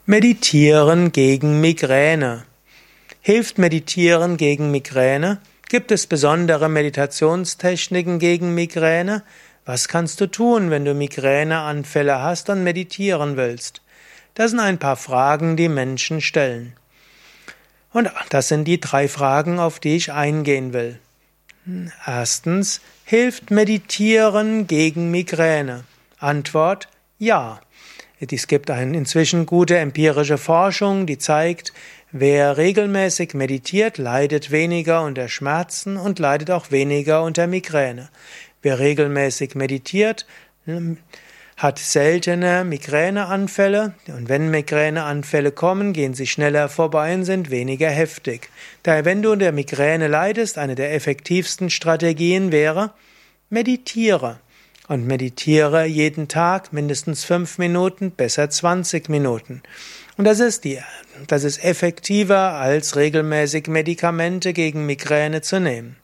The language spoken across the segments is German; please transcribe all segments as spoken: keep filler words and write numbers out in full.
Meditieren gegen Migräne. Hilft Meditieren gegen Migräne? Gibt es besondere Meditationstechniken gegen Migräne? Was kannst du tun, wenn du Migräneanfälle hast und meditieren willst? Das sind ein paar Fragen, die Menschen stellen. Und das sind die drei Fragen, auf die ich eingehen will. Erstens, hilft Meditieren gegen Migräne? Antwort: Ja. Es gibt eine inzwischen gute empirische Forschung, die zeigt, wer regelmäßig meditiert, leidet weniger unter Schmerzen und leidet auch weniger unter Migräne. Wer regelmäßig meditiert, hat seltene Migräneanfälle, und wenn Migräneanfälle kommen, gehen sie schneller vorbei und sind weniger heftig. Daher, wenn du unter Migräne leidest, eine der effektivsten Strategien wäre: meditiere. Und meditiere jeden Tag mindestens fünf Minuten, besser zwanzig Minuten. Und das ist die, das ist effektiver, als regelmäßig Medikamente gegen Migräne zu nehmen.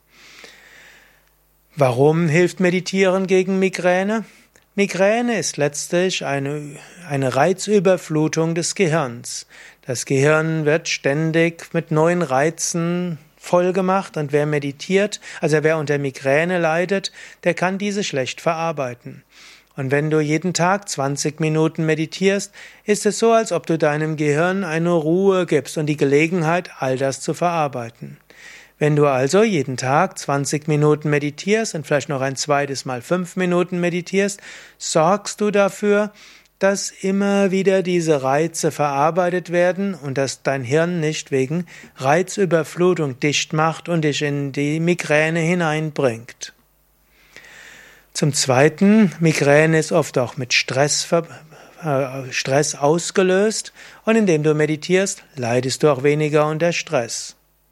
Warum hilft Meditieren gegen Migräne? Migräne ist letztlich eine, eine Reizüberflutung des Gehirns. Das Gehirn wird ständig mit neuen Reizen vollgemacht, und wer meditiert, also wer unter Migräne leidet, der kann diese schlecht verarbeiten. Und wenn du jeden Tag zwanzig Minuten meditierst, ist es so, als ob du deinem Gehirn eine Ruhe gibst und die Gelegenheit, all das zu verarbeiten. Wenn du also jeden Tag zwanzig Minuten meditierst und vielleicht noch ein zweites Mal fünf Minuten meditierst, sorgst du dafür, dass immer wieder diese Reize verarbeitet werden und dass dein Hirn nicht wegen Reizüberflutung dicht macht und dich in die Migräne hineinbringt. Zum Zweiten, Migräne ist oft auch mit Stress, äh, Stress ausgelöst, und indem du meditierst, leidest du auch weniger unter Stress.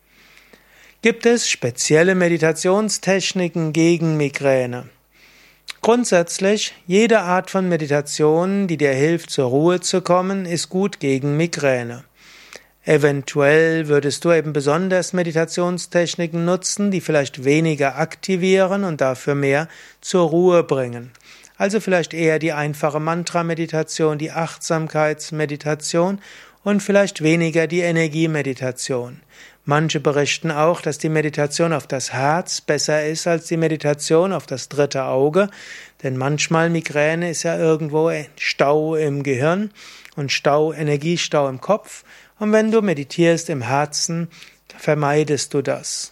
Gibt es spezielle Meditationstechniken gegen Migräne? Grundsätzlich, jede Art von Meditation, die dir hilft, zur Ruhe zu kommen, ist gut gegen Migräne. Eventuell würdest du eben besonders Meditationstechniken nutzen, die vielleicht weniger aktivieren und dafür mehr zur Ruhe bringen. Also vielleicht eher die einfache Mantra-Meditation, die Achtsamkeitsmeditation und vielleicht weniger die Energiemeditation. Manche berichten auch, dass die Meditation auf das Herz besser ist als die Meditation auf das dritte Auge, denn manchmal Migräne ist ja irgendwo Stau im Gehirn und Stau, Energiestau im Kopf, und wenn du meditierst im Herzen, vermeidest du das.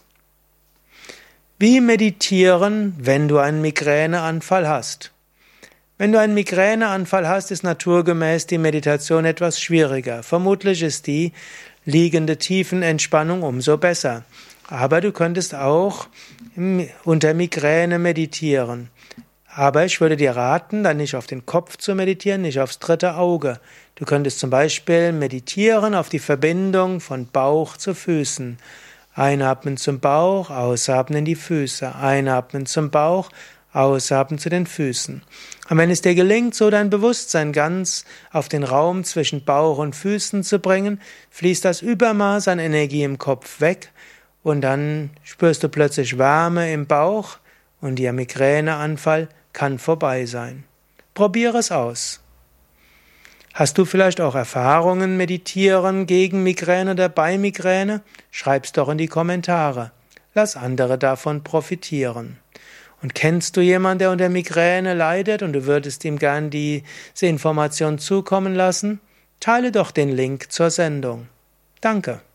Wie meditieren, wenn du einen Migräneanfall hast? Wenn du einen Migräneanfall hast, ist naturgemäß die Meditation etwas schwieriger. Vermutlich ist die liegende Tiefenentspannung umso besser. Aber du könntest auch unter Migräne meditieren. Aber ich würde dir raten, dann nicht auf den Kopf zu meditieren, nicht aufs dritte Auge. Du könntest zum Beispiel meditieren auf die Verbindung von Bauch zu Füßen. Einatmen zum Bauch, ausatmen in die Füße. Einatmen zum Bauch, ausatmen zu den Füßen. Und wenn es dir gelingt, so dein Bewusstsein ganz auf den Raum zwischen Bauch und Füßen zu bringen, fließt das Übermaß an Energie im Kopf weg, und dann spürst du plötzlich Wärme im Bauch, und der Migräneanfall kann vorbei sein. Probiere es aus. Hast du vielleicht auch Erfahrungen meditieren gegen Migräne oder bei Migräne? Schreib's doch in die Kommentare. Lass andere davon profitieren. Und kennst du jemanden, der unter Migräne leidet und du würdest ihm gern diese Information zukommen lassen? Teile doch den Link zur Sendung. Danke.